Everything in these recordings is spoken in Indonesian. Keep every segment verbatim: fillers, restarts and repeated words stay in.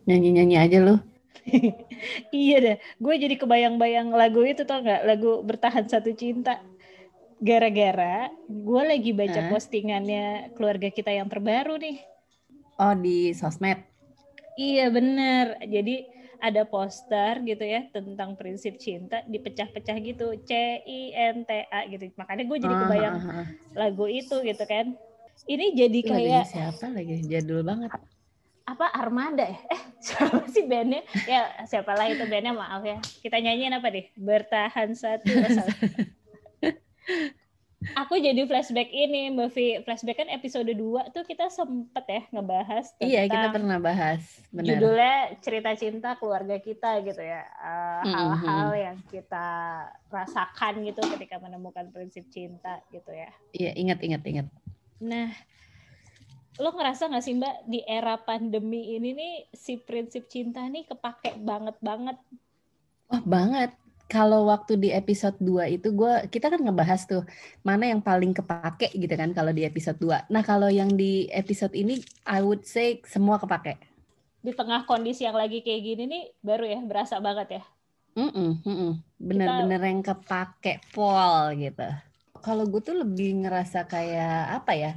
Nyanyi-nyanyi aja lu. Iya deh, gue jadi kebayang-bayang lagu itu, tau nggak? Lagu Bertahan Satu Cinta. Gara-gara gue lagi baca Hah? postingannya keluarga kita yang terbaru nih. Oh, di sosmed. Iya bener, jadi ada poster gitu ya tentang prinsip cinta dipecah-pecah gitu, C I N T A gitu. Makanya gue jadi Ah, kebayang ah, ah. lagu itu gitu kan. Ini jadi Itu lagunya kayak siapa lagi? Jadul banget. apa, Armada ya? Eh siapa sih bandnya? Ya siapalah itu bandnya, maaf ya. Kita nyanyiin apa deh? Bertahan Satu. Oh, salah. Aku jadi flashback ini, Mbak Vi. Flashback kan episode dua tuh kita sempet ya ngebahas Iya, kita tentang pernah bahas. Benar. judulnya cerita cinta keluarga kita gitu ya. Uh, Mm-mm, hal-hal mm-mm. yang kita rasakan gitu ketika menemukan prinsip cinta gitu ya. Iya, ingat, ingat, ingat. Nah, lo ngerasa gak sih Mbak, di era pandemi ini nih si prinsip cinta nih kepake banget-banget? Wah, banget. Kalau waktu di episode dua itu gue kita kan ngebahas tuh mana yang paling kepake gitu kan kalau di episode dua. Nah, kalau yang di episode ini I would say semua kepake. Di tengah kondisi yang lagi kayak gini nih baru ya berasa banget ya. Mm-mm, mm-mm. Kita Bener-bener yang kepake pol gitu. Kalau gue tuh lebih ngerasa kayak apa ya?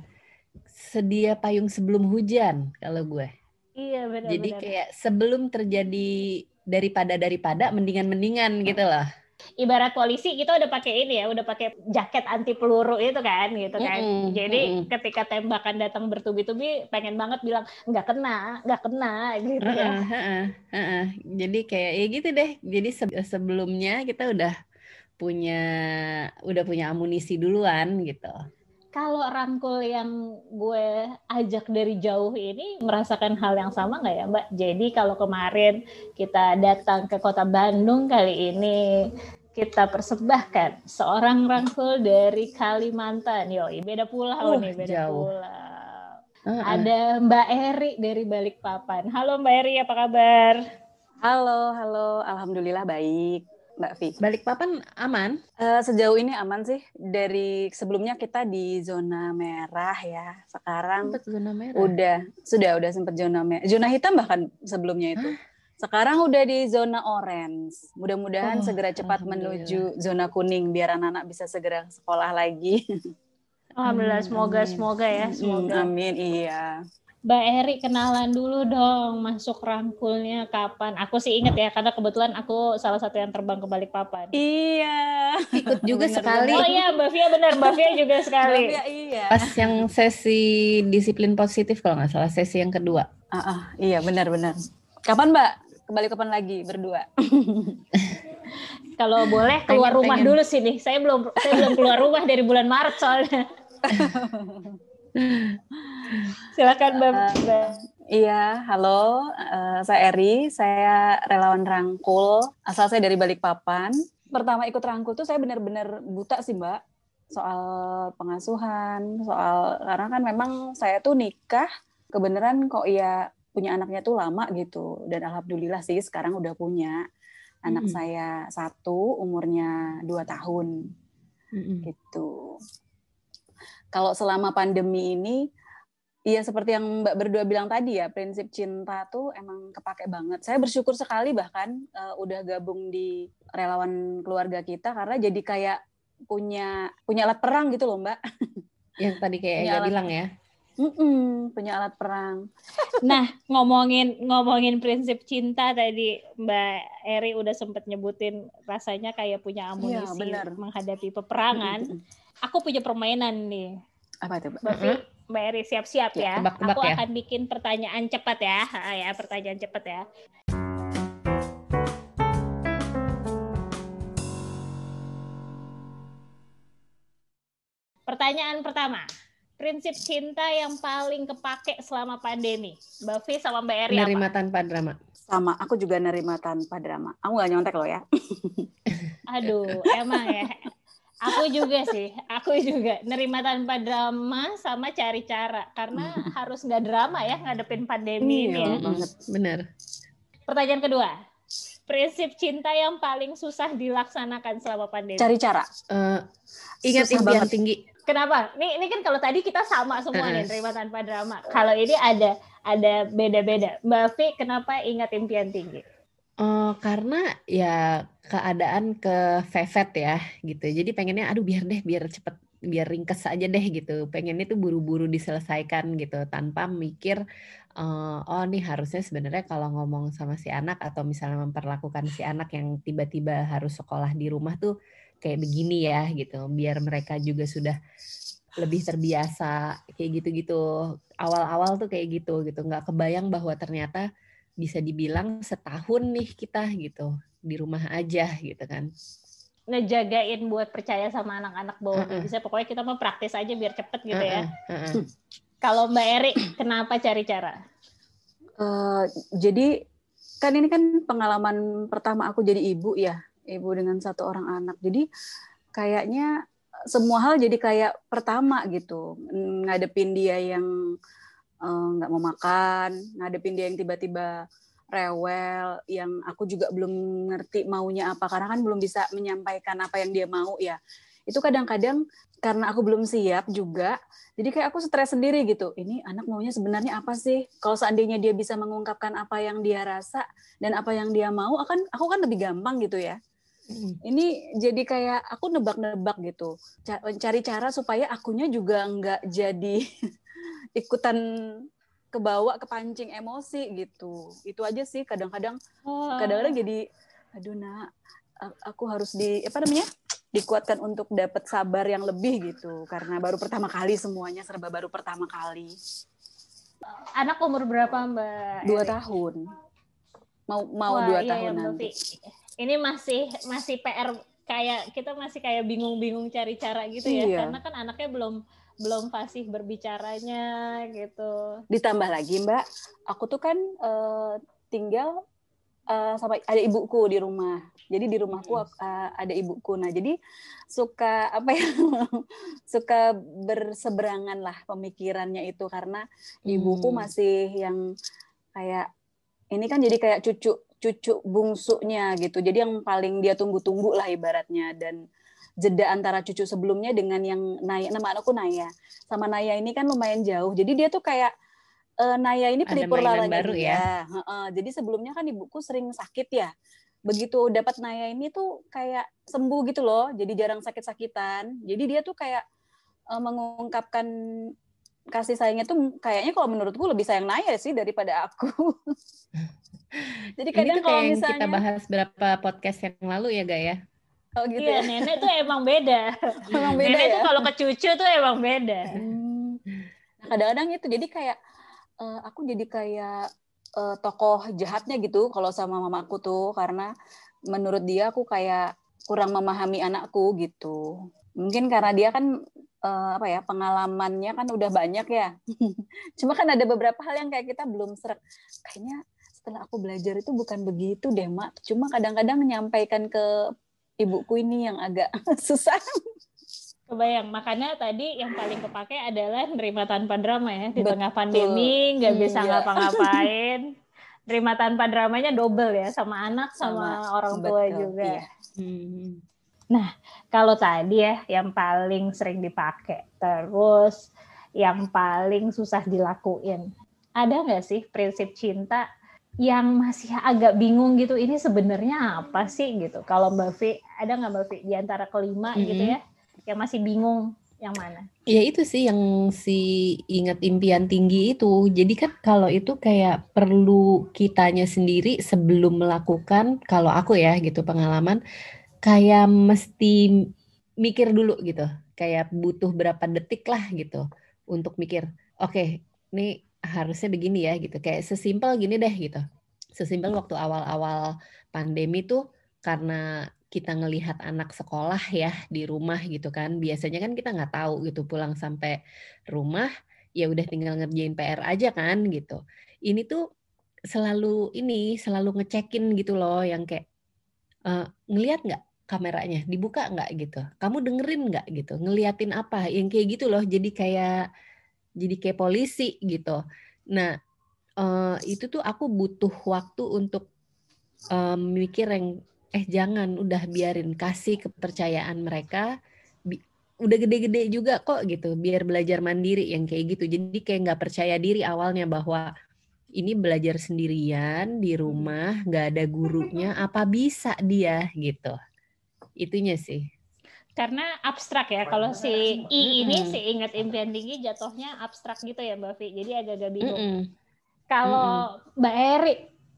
Sedia payung sebelum hujan kalau gue. iya Jadi benar-benar. kayak sebelum terjadi daripada daripada mendingan-mendingan gitu loh. Ibarat polisi kita udah pakai ini ya, udah pakai jaket anti peluru itu kan, gitu kan. Mm-mm, Jadi mm-mm. ketika tembakan datang bertubi-tubi, pengen banget bilang nggak kena, nggak kena, gitu ya. Heeh, heeh, heeh. Jadi kayak ya gitu deh. Jadi se- sebelumnya kita udah punya udah punya amunisi duluan gitu. Kalau rangkul yang gue ajak dari jauh ini merasakan hal yang sama nggak ya Mbak? Jadi kalau kemarin kita datang ke kota Bandung, kali ini kita persembahkan seorang rangkul dari Kalimantan. Yoi, beda pulau Uh, nih, beda jauh. pulau. Heeh. Ada Mbak Eri dari Balikpapan. Halo Mbak Eri, apa kabar? Halo, halo. Alhamdulillah baik, Mbak Vi. Balikpapan aman? Uh, sejauh ini aman sih. Dari sebelumnya kita di zona merah ya. Sekarang Sempat zona merah. udah, sudah udah sempat zona merah. Zona hitam bahkan sebelumnya itu. Hah? Sekarang udah di zona orange. Mudah-mudahan Oh, segera cepat alhamdulillah. menuju zona kuning biar anak-anak bisa segera sekolah lagi. Alhamdulillah, Amin, semoga amin. semoga ya, semoga. Amin, iya. Mbak Eri, kenalan dulu dong, masuk rangkulnya kapan? Aku sih inget ya, karena kebetulan aku salah satu yang terbang ke Balikpapan. Iya. Ikut juga Bener, sekali. Oh iya, Mbak Via benar, Mbak Via juga sekali. Mbak Via, iya. Pas yang sesi disiplin positif kalau nggak salah, sesi yang kedua. Ah, ah, iya benar-benar. Kapan Mbak? Kembali kapan lagi berdua? Kalau boleh keluar Pengen, rumah pengen. dulu sih nih. Saya belum saya belum keluar rumah dari bulan Maret soalnya. Silakan Mbak. Uh, iya, halo. Uh, saya Eri. Saya relawan rangkul. Asal saya dari Balikpapan. Pertama ikut rangkul tuh saya benar-benar buta sih Mbak. Soal pengasuhan, soal karena kan memang saya tuh nikah kebenaran kok ya punya anaknya tuh lama gitu. Dan alhamdulillah sih sekarang udah punya anak Mm-mm. saya satu, umurnya dua tahun. Mm-mm. Gitu. Kalau selama pandemi ini, iya seperti yang Mbak berdua bilang tadi ya, prinsip cinta tuh emang kepake banget. Saya bersyukur sekali bahkan uh, udah gabung di relawan keluarga kita karena jadi kayak punya punya alat perang gitu loh Mbak. Yang tadi kayak Ega bilang ya. Mm-mm, punya alat perang. Nah, ngomongin ngomongin prinsip cinta tadi Mbak Eri udah sempet nyebutin rasanya kayak punya amunisi ya, menghadapi peperangan. Aku punya permainan nih. Apa itu Mbak? Mbak Vi, Mbak Eri siap-siap ya. Ya, tebak-tebak Aku ya. akan bikin pertanyaan cepat ya. Ha, ya, pertanyaan cepat ya. Pertanyaan pertama. Prinsip cinta yang paling kepake selama pandemi. Mbak Vi sama Mbak Eri Nerima apa? tanpa drama. Sama, aku juga nerima tanpa drama. Aku nggak nyontek loh ya. Aduh, emang ya. Aku juga sih, aku juga nerima tanpa drama sama cari cara. Karena harus nggak drama ya ngadepin pandemi Iya, ini ya. banget. Benar. Pertanyaan kedua. prinsip cinta yang paling susah dilaksanakan selama pandemi? Cari cara. Uh, ingat Susah impian banget. tinggi. Kenapa? Ini ini kan kalau tadi kita sama semua nih, terima tanpa drama. Kalau ini ada ada beda-beda. Mbak Vi, kenapa ingat impian tinggi? Uh, karena ya keadaan kefefet ya gitu. Jadi pengennya aduh biar deh biar cepet biar ringkes aja deh gitu. Pengennya tuh buru-buru diselesaikan gitu tanpa mikir uh, oh nih harusnya sebenarnya kalau ngomong sama si anak atau misalnya memperlakukan si anak yang tiba-tiba harus sekolah di rumah tuh kayak begini ya gitu. Biar mereka juga sudah lebih terbiasa kayak gitu-gitu. Awal-awal tuh kayak gitu gitu. Nggak kebayang bahwa ternyata bisa dibilang setahun nih kita gitu di rumah aja gitu kan. Ngejagain buat percaya sama anak-anak bahwa Uh-uh. bisa pokoknya kita mau praktis aja biar cepet gitu uh-uh. ya. Uh-uh. Kalau Mbak Eri, kenapa cari cara? Uh, jadi kan ini kan pengalaman pertama aku jadi ibu ya, ibu dengan satu orang anak. Jadi kayaknya semua hal jadi kayak pertama gitu, ngadepin dia yang nggak uh, mau makan, ngadepin dia yang tiba-tiba rewel, yang aku juga belum ngerti maunya apa, karena kan belum bisa menyampaikan apa yang dia mau ya. Itu kadang-kadang karena aku belum siap juga, jadi kayak aku stres sendiri gitu. Ini anak maunya sebenarnya apa sih? Kalau seandainya dia bisa mengungkapkan apa yang dia rasa dan apa yang dia mau, akan aku kan lebih gampang gitu ya. Ini jadi kayak aku nebak-nebak gitu, cari cara supaya akunya juga nggak jadi ikutan kebawa kepancing emosi gitu. Itu aja sih kadang-kadang oh. kadang-kadang jadi aduh nak aku harus di apa namanya dikuatkan untuk dapat sabar yang lebih gitu karena baru pertama kali semuanya serba baru pertama kali. Anak umur berapa Mbak? Dua Eri? tahun. Mau mau Wah, dua iya, tahun iya, nanti. Ini masih masih P R kayak kita masih kayak bingung-bingung cari cara gitu ya iya. Karena kan anaknya belum belum fasih berbicaranya gitu. Ditambah lagi Mbak, aku tuh kan uh, tinggal uh, sama ada ibuku di rumah. Jadi di rumahku uh, ada ibuku. Nah jadi suka apa ya, suka berseberangan lah pemikirannya itu karena ibuku hmm. masih yang kayak ini kan jadi kayak cucu cucu bungsunya gitu. Jadi yang paling dia tunggu-tunggu lah ibaratnya dan jeda antara cucu sebelumnya dengan yang Naya, nama anakku Naya, sama Naya ini kan lumayan jauh. Jadi dia tuh kayak uh, Naya ini pelipur lalanya baru dia. Ya. Uh-uh. Jadi sebelumnya kan ibuku sering sakit ya. Begitu dapat Naya ini tuh kayak sembuh gitu loh. Jadi jarang sakit-sakitan. Jadi dia tuh kayak uh, mengungkapkan kasih sayangnya tuh kayaknya kalau menurutku lebih sayang Naya sih daripada aku. Jadi kadang kalau misalnya kita bahas berapa podcast yang lalu ya Gaya. Oh gitu iya, ya? Nenek tuh emang beda. Emang beda nenek ya? Tuh kalau ke cucu tuh emang beda. Hmm. Nah, kadang-kadang itu jadi kayak uh, aku jadi kayak uh, tokoh jahatnya gitu kalau sama mamaku tuh karena menurut dia aku kayak kurang memahami anakku gitu. Mungkin karena dia kan uh, apa ya pengalamannya kan udah banyak ya. Cuma kan ada beberapa hal yang kayak kita belum serak. Kayaknya setelah aku belajar itu bukan begitu deh Mak. Cuma kadang-kadang menyampaikan ke ibuku ini yang agak susah. Kebayang, makanya tadi yang paling kepake adalah nerima tanpa drama ya. Di Betul. Tengah pandemi, nggak bisa iya. ngapa-ngapain. Nerima tanpa dramanya double ya, sama anak, sama, sama orang tua betul, juga. Iya. Hmm. Nah, kalau tadi ya, yang paling sering dipakai, terus yang paling susah dilakuin. Ada nggak sih prinsip cinta yang masih agak bingung gitu, ini sebenarnya apa sih gitu? Kalau Mbak Vi, ada nggak Mbak Vi di antara kelima mm-hmm. gitu ya, yang masih bingung yang mana? Ya itu sih yang si ingat impian tinggi itu. Jadi kan kalau itu kayak perlu kitanya sendiri sebelum melakukan, kalau aku ya gitu pengalaman, kayak mesti mikir dulu gitu. Kayak butuh berapa detik lah gitu untuk mikir, oke okay, ini harusnya begini ya gitu, kayak sesimpel gini deh gitu. Sesimpel waktu awal-awal pandemi tuh karena kita ngelihat anak sekolah ya di rumah gitu kan, biasanya kan kita nggak tahu gitu pulang sampai rumah ya udah tinggal ngerjain P R aja kan gitu. Ini tuh selalu ini selalu ngecekin gitu loh yang kayak uh, ngelihat nggak kameranya dibuka nggak gitu, kamu dengerin nggak gitu, ngeliatin apa yang kayak gitu loh, jadi kayak jadi kayak polisi gitu. Nah uh, itu tuh aku butuh waktu untuk um, mikir yang eh jangan, udah biarin, kasih kepercayaan mereka, bi- udah gede-gede juga kok gitu, biar belajar mandiri yang kayak gitu. Jadi kayak nggak percaya diri awalnya bahwa ini belajar sendirian di rumah, nggak ada gurunya, apa bisa dia gitu. Itunya sih. Karena abstrak ya, kalau si I ini Mm-mm. si Ingat Impian Tinggi jatuhnya abstrak gitu ya Mbak Vi, jadi agak-agak bingung. Mm-mm. Kalau Mbak Eri,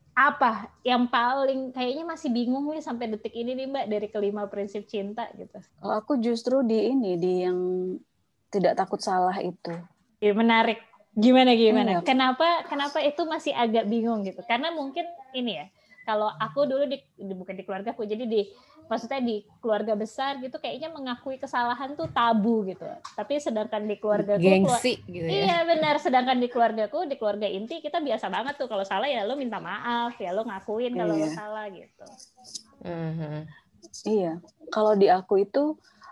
apa yang paling kayaknya masih bingung nih sampai detik ini nih Mbak dari kelima prinsip cinta gitu? Oh, aku justru di ini, di yang tidak takut salah itu. Ya, menarik. Gimana gimana? Iya. Kenapa kenapa itu masih agak bingung gitu? Karena mungkin ini ya, kalau aku dulu di, di bukan di keluarga aku, jadi di maksudnya di keluarga besar gitu kayaknya mengakui kesalahan tuh tabu gitu. Tapi sedangkan di keluargaku Gengsi gitu ya. Iya benar, sedangkan di keluargaku, di keluarga inti kita biasa banget tuh kalau salah ya lo minta maaf, ya lo ngakuin kalau Iya. lo salah gitu. Uh-huh. Iya. Kalau di aku itu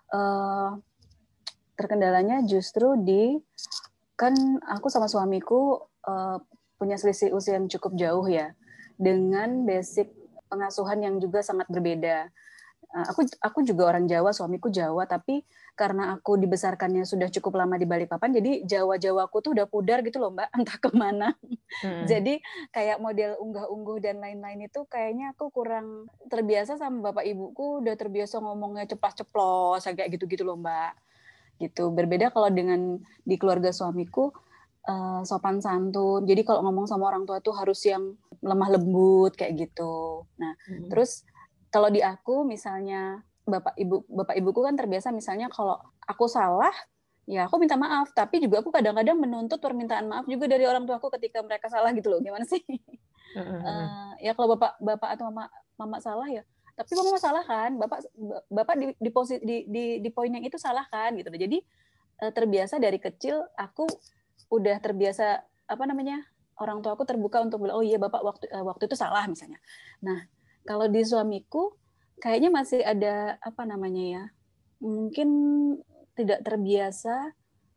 uh, terkendalanya justru di kan aku sama suamiku uh, punya selisih usia yang cukup jauh ya, dengan basic pengasuhan yang juga sangat berbeda. Uh, aku aku juga orang Jawa, suamiku Jawa, tapi karena aku dibesarkannya sudah cukup lama di Balikpapan, jadi Jawa-Jawaku tuh udah pudar gitu loh Mbak, entah kemana. Hmm. Jadi kayak model unggah-ungguh dan lain-lain itu kayaknya aku kurang terbiasa sama bapak ibuku, udah terbiasa ngomongnya ceplas-ceplos, kayak gitu-gitu loh Mbak. Gitu. Berbeda kalau dengan di keluarga suamiku, uh, sopan santun. Jadi kalau ngomong sama orang tua tuh harus yang lemah lembut kayak gitu. Nah, hmm. terus kalau di aku misalnya bapak ibu bapak ibuku kan terbiasa misalnya kalau aku salah ya aku minta maaf, tapi juga aku kadang-kadang menuntut permintaan maaf juga dari orang tuaku ketika mereka salah gitu loh. Gimana sih? Uh-huh. Uh, ya kalau bapak bapak atau mama mama salah ya, tapi mama salah kan, bapak bapak di di, posi, di di di poin yang itu salah kan gitu. Jadi uh, terbiasa dari kecil aku udah terbiasa apa namanya orang tua aku terbuka untuk bilang oh iya bapak waktu uh, waktu itu salah misalnya. Nah kalau di suamiku kayaknya masih ada apa namanya ya, mungkin tidak terbiasa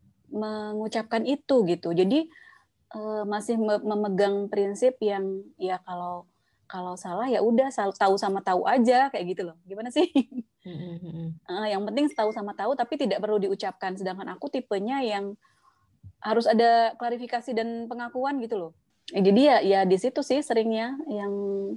mengucapkan itu gitu. Jadi uh, masih memegang prinsip yang ya kalau kalau salah ya udah tahu sama tahu aja kayak gitu loh. Gimana sih? Mm-hmm. uh, yang penting tahu sama tahu tapi tidak perlu diucapkan. Sedangkan aku tipenya yang harus ada klarifikasi dan pengakuan gitu loh. Eh, jadi ya ya di situ sih seringnya yang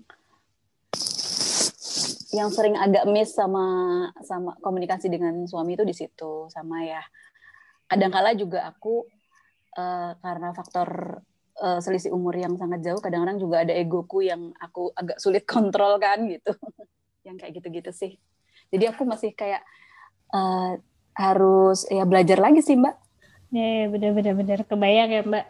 yang sering agak miss sama sama komunikasi dengan suami itu di situ. Sama ya kadang-kala juga aku uh, karena faktor uh, selisih umur yang sangat jauh, kadang-kadang juga ada egoku yang aku agak sulit kontrol kan gitu. Yang kayak gitu-gitu sih. Jadi aku masih kayak uh, harus ya belajar lagi sih Mbak. Ya benar-benar benar kebayang ya Mbak.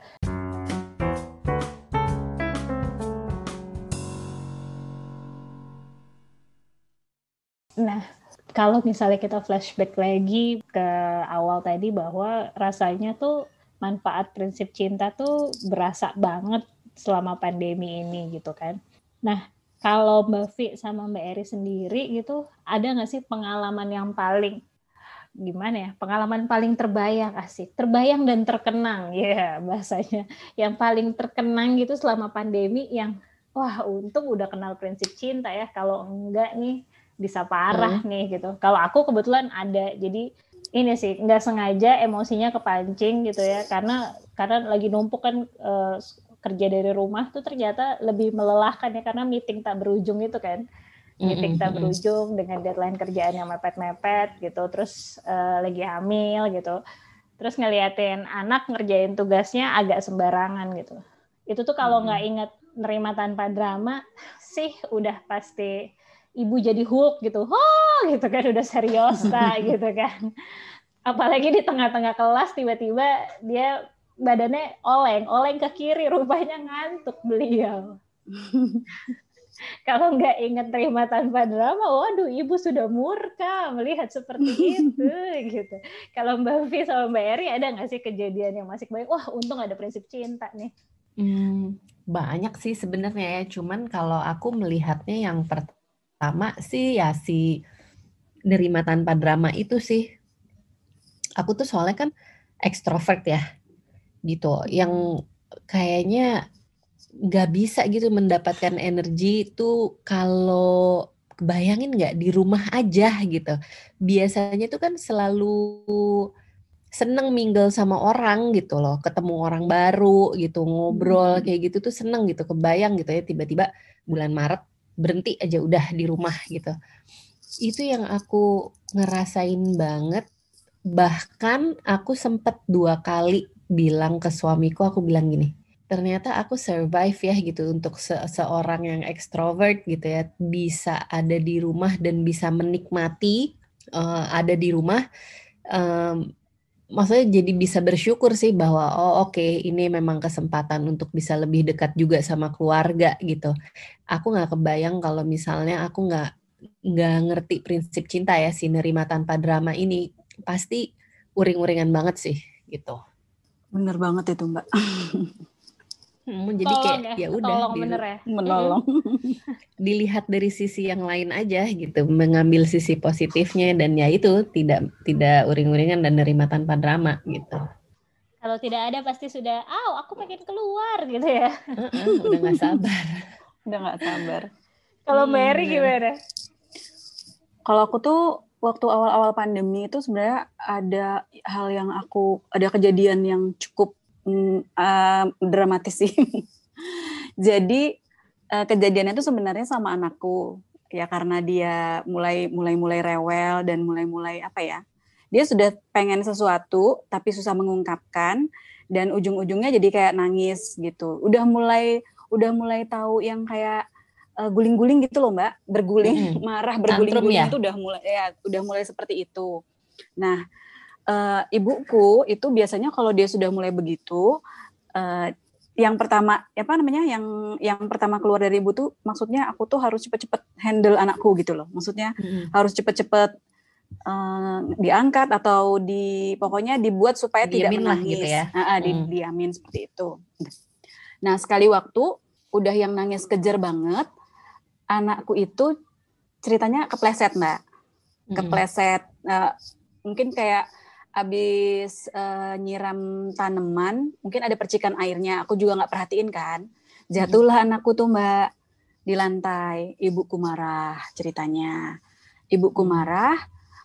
Nah, kalau misalnya kita flashback lagi ke awal tadi bahwa rasanya tuh manfaat prinsip cinta tuh berasa banget selama pandemi ini gitu kan. Nah, kalau Mbak Vi sama Mbak Eri sendiri gitu, ada nggak sih pengalaman yang paling gimana ya? Pengalaman paling terbayang asik, terbayang dan terkenang ya yeah, bahasanya. Yang paling terkenang gitu selama pandemi yang wah untung udah kenal prinsip cinta ya. Kalau enggak nih bisa parah hmm. nih gitu. Kalau aku kebetulan ada, jadi ini sih nggak sengaja emosinya kepancing gitu ya, karena karena lagi numpuk kan uh, kerja dari rumah tuh ternyata lebih melelahkan ya karena meeting tak berujung itu kan, meeting mm-hmm. tak berujung dengan deadline kerjaan yang mepet-mepet gitu, terus uh, lagi hamil gitu, terus ngeliatin anak ngerjain tugasnya agak sembarangan gitu. Itu tuh kalau nggak mm-hmm. ingat nerima tanpa drama sih udah pasti ibu jadi Hulk gitu, oh gitu kan udah seriosa gitu kan. Apalagi di tengah-tengah kelas tiba-tiba dia badannya oleng, oleng ke kiri, rupanya ngantuk beliau. Kalau nggak ingat terima tanpa drama, waduh ibu sudah murka melihat seperti itu gitu. Kalau Mbak Vi sama Mbak Eri ada nggak sih kejadian yang masih baik? Wah untung ada prinsip cinta nih. Hmm, banyak sih sebenarnya ya, cuman kalau aku melihatnya yang pertama Pertama sih ya si nerima tanpa drama itu sih. Aku tuh soalnya kan ekstrovert ya gitu. Yang kayaknya nggak bisa gitu mendapatkan energi itu kalau bayangin nggak di rumah aja gitu. Biasanya tuh kan selalu seneng mingle sama orang gitu loh, ketemu orang baru gitu, ngobrol Hmm. kayak gitu tuh seneng gitu, kebayang gitu ya tiba-tiba bulan Maret berhenti aja udah di rumah gitu. Itu yang aku ngerasain banget. Bahkan aku sempet dua kali bilang ke suamiku, aku bilang gini, ternyata aku survive ya gitu untuk se- seorang yang ekstrovert gitu ya, bisa ada di rumah dan bisa menikmati eh, ada di rumah. Em, Maksudnya jadi bisa bersyukur sih bahwa oh oke ini memang kesempatan untuk bisa lebih dekat juga sama keluarga gitu. Aku nggak kebayang kalau misalnya aku nggak nggak ngerti prinsip cinta ya, si nerima tanpa drama ini pasti uring-uringan banget sih gitu. Bener banget itu Mbak. Hmm, jadi kayak Tolong ya, ya udah tolong di, bener ya. Menolong. dilihat dari sisi yang lain aja gitu, mengambil sisi positifnya dan ya itu tidak tidak uring-uringan dan nerima tanpa drama gitu. Kalau tidak ada pasti sudah, aw aku pengen keluar gitu ya. Uh-uh, udah nggak sabar. Udah nggak sabar. Kalau Hmm, Mary bener. gimana? Kalau aku tuh waktu awal-awal pandemi itu sebenarnya ada hal yang aku, ada kejadian yang cukup mm, uh, dramatis sih. Jadi uh, kejadiannya itu sebenarnya sama anakku. Ya karena dia mulai mulai mulai rewel dan mulai mulai apa ya? Dia sudah pengen sesuatu tapi susah mengungkapkan dan ujung-ujungnya jadi kayak nangis gitu. Udah mulai udah mulai tahu yang kayak uh, guling-guling gitu loh Mbak, berguling, Mm-mm. marah Tantrum berguling-guling ya? itu udah mulai ya udah mulai seperti itu. Nah, uh, ibuku itu biasanya kalau dia sudah mulai begitu, uh, yang pertama apa namanya yang yang pertama keluar dari ibu tuh maksudnya aku tuh harus cepet-cepet handle anakku gitu loh. Maksudnya Mm-mm. harus cepet-cepet uh, diangkat atau di pokoknya dibuat supaya tidak Diemin lah gitu menangis. ya. Nah, di, Mm. diamin seperti itu. Nah, sekali waktu udah yang nangis kejer banget, anakku itu ceritanya kepleset Mbak, Mm-mm. kepleset uh, mungkin kayak abis uh, nyiram tanaman, mungkin ada percikan airnya, aku juga nggak perhatiin kan, jatuhlah Mm-mm. anakku tuh Mbak di lantai, ibuku marah ceritanya, ibuku Mm. marah,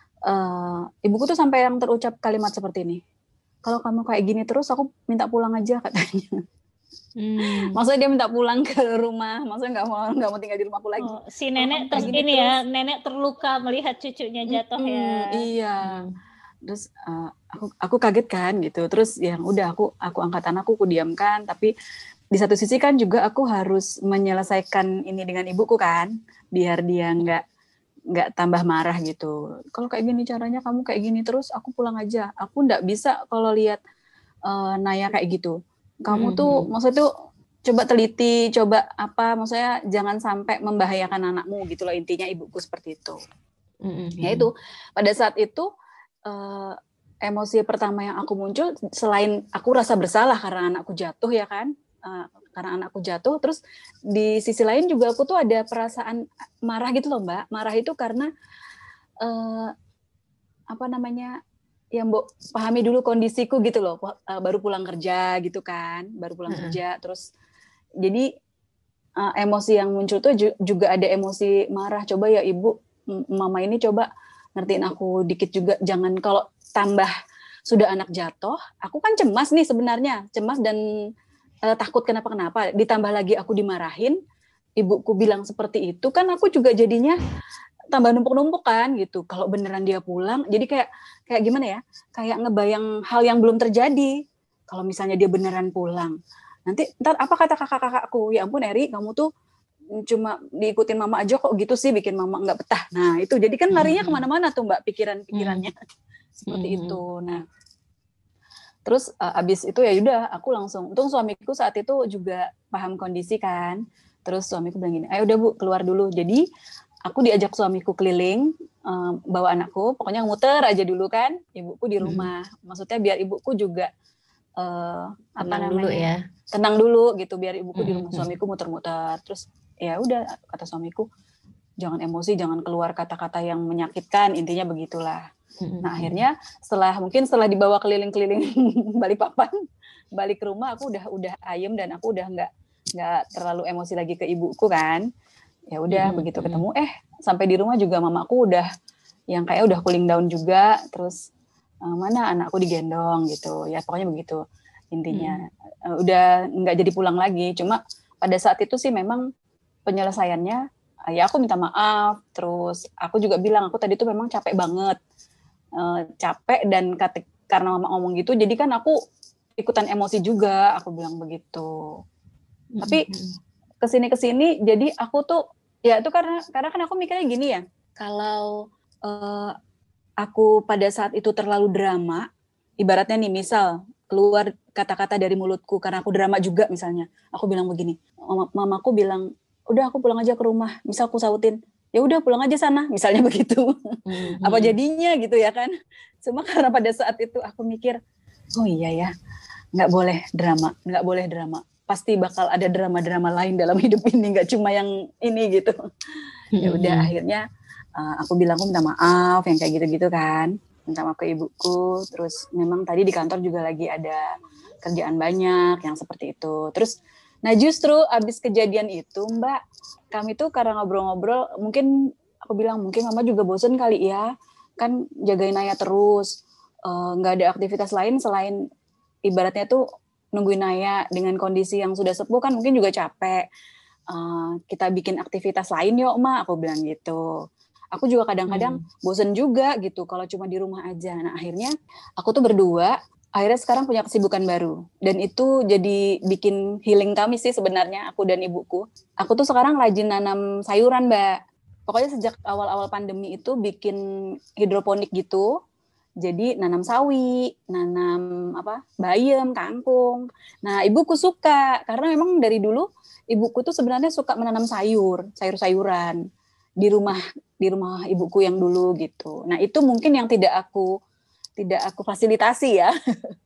uh, ibuku tuh sampai yang terucap kalimat seperti ini, kalau kamu kayak gini terus aku minta pulang aja katanya. Hmm. Maksudnya dia minta pulang ke rumah, maksudnya nggak mau nggak mau tinggal di rumahku lagi. Oh, si nenek terus ini terus. Ya, nenek terluka melihat cucunya jatuh mm, ya. Iya. Hmm. Terus uh, aku aku kaget kan gitu. Terus yang udah aku aku angkat anakku, aku diamkan. Tapi di satu sisi kan juga aku harus menyelesaikan ini dengan ibuku kan, biar dia nggak nggak tambah marah gitu. Kalau kayak gini caranya kamu kayak gini terus, aku pulang aja. Aku nggak bisa kalau lihat uh, Naya kayak gitu. Kamu Mm-mm. tuh maksudnya tuh coba teliti, coba apa, maksudnya jangan sampai membahayakan anakmu gitu loh, intinya ibuku seperti itu. Mm-mm. Ya itu, pada saat itu uh, emosi pertama yang aku muncul selain aku rasa bersalah karena anakku jatuh ya kan, uh, karena anakku jatuh, terus di sisi lain juga aku tuh ada perasaan marah gitu loh Mbak. Marah itu karena uh, apa namanya, ya Mbok pahami dulu kondisiku gitu loh, uh, baru pulang kerja gitu kan, baru pulang Uh-uh. kerja, terus jadi uh, emosi yang muncul tuh juga ada emosi marah. Coba ya ibu, mama ini coba ngertiin aku dikit juga, jangan kalau tambah sudah anak jatuh, aku kan cemas nih sebenarnya, cemas dan uh, takut kenapa-kenapa, ditambah lagi aku dimarahin, ibuku bilang seperti itu, kan aku juga jadinya tambah numpuk-numpuk kan gitu. Kalau beneran dia pulang, jadi kayak kayak gimana ya, kayak ngebayang hal yang belum terjadi. Kalau misalnya dia beneran pulang, nanti ntar apa kata kakak-kakakku, ya ampun Eri, kamu tuh cuma diikutin mama aja kok gitu sih, bikin mama nggak betah. Nah itu jadi kan larinya kemana-mana tuh Mbak, pikiran-pikirannya seperti itu. Nah terus uh, abis itu ya udah aku langsung, untung suamiku saat itu juga paham kondisi kan, terus suamiku bilang gini, ayo udah Bu keluar dulu. Jadi aku diajak suamiku keliling, um, bawa anakku, pokoknya muter aja dulu kan, ibuku di rumah, maksudnya biar ibuku juga uh, apa tenang namanya dulu ya, tenang dulu gitu, biar ibuku di rumah. Mm-hmm. Suamiku muter-muter, terus ya udah kata suamiku, jangan emosi, jangan keluar kata-kata yang menyakitkan, intinya begitulah. Mm-hmm. Nah akhirnya setelah mungkin setelah dibawa keliling-keliling Balikpapan, balik ke rumah aku udah udah ayem dan aku udah nggak nggak terlalu emosi lagi ke ibuku kan. Ya udah, hmm, begitu ketemu, eh sampai di rumah juga mamaku udah yang kayak udah cooling down juga, terus uh, mana anakku digendong gitu, ya pokoknya begitu intinya. Hmm. Uh, udah nggak jadi pulang lagi, cuma pada saat itu sih memang penyelesaiannya, uh, ya aku minta maaf, terus aku juga bilang aku tadi tuh memang capek banget, uh, capek dan kata, karena mama ngomong gitu, jadi kan aku ikutan emosi juga, aku bilang begitu. Hmm. Tapi kesini-kesini, jadi aku tuh ya itu karena karena kan aku mikirnya gini ya, kalau uh, aku pada saat itu terlalu drama, ibaratnya nih misal keluar kata-kata dari mulutku karena aku drama juga misalnya, aku bilang begini, Mama, mamaku bilang udah aku pulang aja ke rumah, misal aku sautin, ya udah pulang aja sana, misalnya begitu, mm-hmm. apa jadinya gitu ya kan? Cuma karena pada saat itu aku mikir, oh iya ya, nggak boleh drama, nggak boleh drama. Pasti bakal ada drama-drama lain dalam hidup ini, nggak cuma yang ini gitu. Ya udah hmm. akhirnya uh, aku bilang aku minta maaf yang kayak gitu-gitu kan, minta maaf ke ibuku. Terus memang tadi di kantor juga lagi ada kerjaan banyak yang seperti itu. Terus nah justru abis kejadian itu Mbak, kami tuh karena ngobrol-ngobrol, mungkin aku bilang mungkin mama juga bosen kali ya, kan jagain Naya terus, nggak uh, ada aktivitas lain selain ibaratnya tuh nungguin Naya dengan kondisi yang sudah sepuh kan mungkin juga capek. Uh, kita bikin aktivitas lain yuk, Ma. Aku bilang gitu. Aku juga kadang-kadang hmm. bosen juga gitu kalau cuma di rumah aja. Nah akhirnya aku tuh berdua, akhirnya sekarang punya kesibukan baru. Dan itu jadi bikin healing kami sih sebenarnya, aku dan ibuku. Aku tuh sekarang rajin nanam sayuran, Mbak. Pokoknya sejak awal-awal pandemi itu bikin hidroponik gitu. Jadi nanam sawi, nanam apa bayam, kangkung. Nah ibuku suka karena memang dari dulu ibuku tuh sebenarnya suka menanam sayur, sayur-sayuran di rumah di rumah ibuku yang dulu gitu. Nah itu mungkin yang tidak aku tidak aku fasilitasi ya.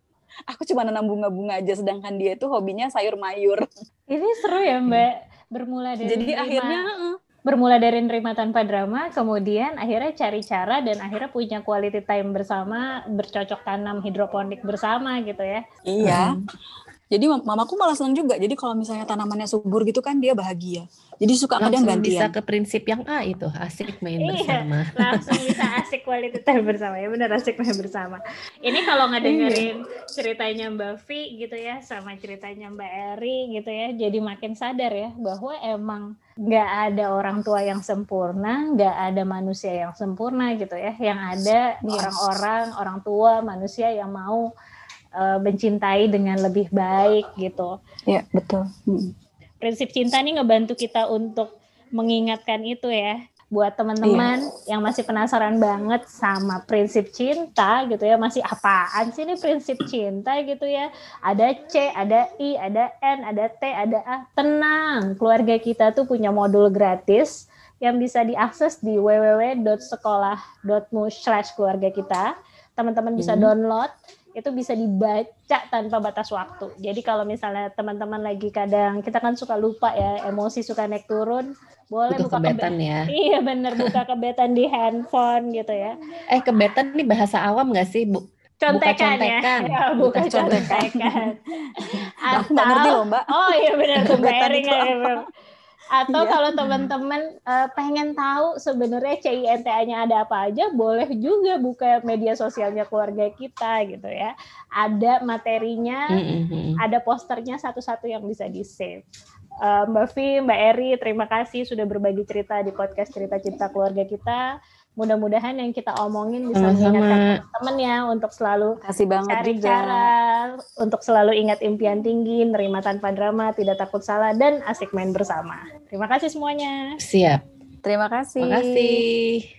Aku cuma nanam bunga-bunga aja, sedangkan dia itu hobinya sayur mayur. Ini seru ya Mbak, bermula dari jadi nerima, akhirnya bermula dari nerima tanpa drama, kemudian akhirnya cari cara dan akhirnya punya quality time bersama, bercocok tanam hidroponik bersama gitu ya. Iya. Hmm. Jadi mamaku malah senang juga. Jadi kalau misalnya tanamannya subur gitu kan dia bahagia. Jadi suka kadang gantian. Langsung bisa ke prinsip yang A itu, asik main bersama. Iya, langsung bisa asik quality time bersama. Ya benar, asik main bersama. Ini kalau ngedengerin ceritanya Mbak Vi gitu ya, sama ceritanya Mbak Eri gitu ya, jadi makin sadar ya bahwa emang nggak ada orang tua yang sempurna, nggak ada manusia yang sempurna gitu ya. Yang ada yes. orang-orang, orang tua, manusia yang mau uh, mencintai dengan lebih baik gitu. Iya, betul. Hmm. Prinsip cinta nih ngebantu kita untuk mengingatkan itu ya. Buat teman-teman yeah. yang masih penasaran banget sama prinsip cinta gitu ya. Masih apaan sih ini prinsip cinta gitu ya. Ada C, ada I, ada N, ada T, ada A. Tenang, keluarga kita tuh punya modul gratis yang bisa diakses di w w w dot sekolah dot m u slash keluarga kita. Teman-teman bisa hmm. download. Itu bisa dibaca tanpa batas waktu. Jadi kalau misalnya teman-teman lagi kadang, kita kan suka lupa ya, emosi suka naik turun, boleh buka, buka kebetan kebe- ya. Iya benar, buka kebetan di handphone gitu ya. Eh kebetan ini bahasa awam nggak sih, Bu? Contekan, buka contekan ya. ya buka, buka contekan. contekan. Atau, aku nggak ngerti loh Mbak. Oh iya benar, kebetan itu apa? Atau iya. kalau teman-teman uh, pengen tahu sebenarnya C I N T A-nya ada apa aja, boleh juga buka media sosialnya keluarga kita gitu ya. Ada materinya, mm-hmm. ada posternya satu-satu yang bisa di-save. Uh, Mbak Vi, Mbak Eri, terima kasih sudah berbagi cerita di podcast Cerita Cinta Keluarga kita. Mudah-mudahan yang kita omongin bisa mengingatkan teman-teman ya untuk selalu cari juga. cara untuk selalu ingat impian tinggi, nerima tanpa drama, tidak takut salah, dan asik main bersama. Terima kasih semuanya. Siap. Terima kasih. Terima kasih.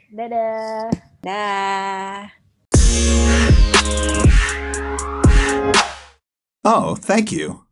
Dadah. Dah. Oh, thank you.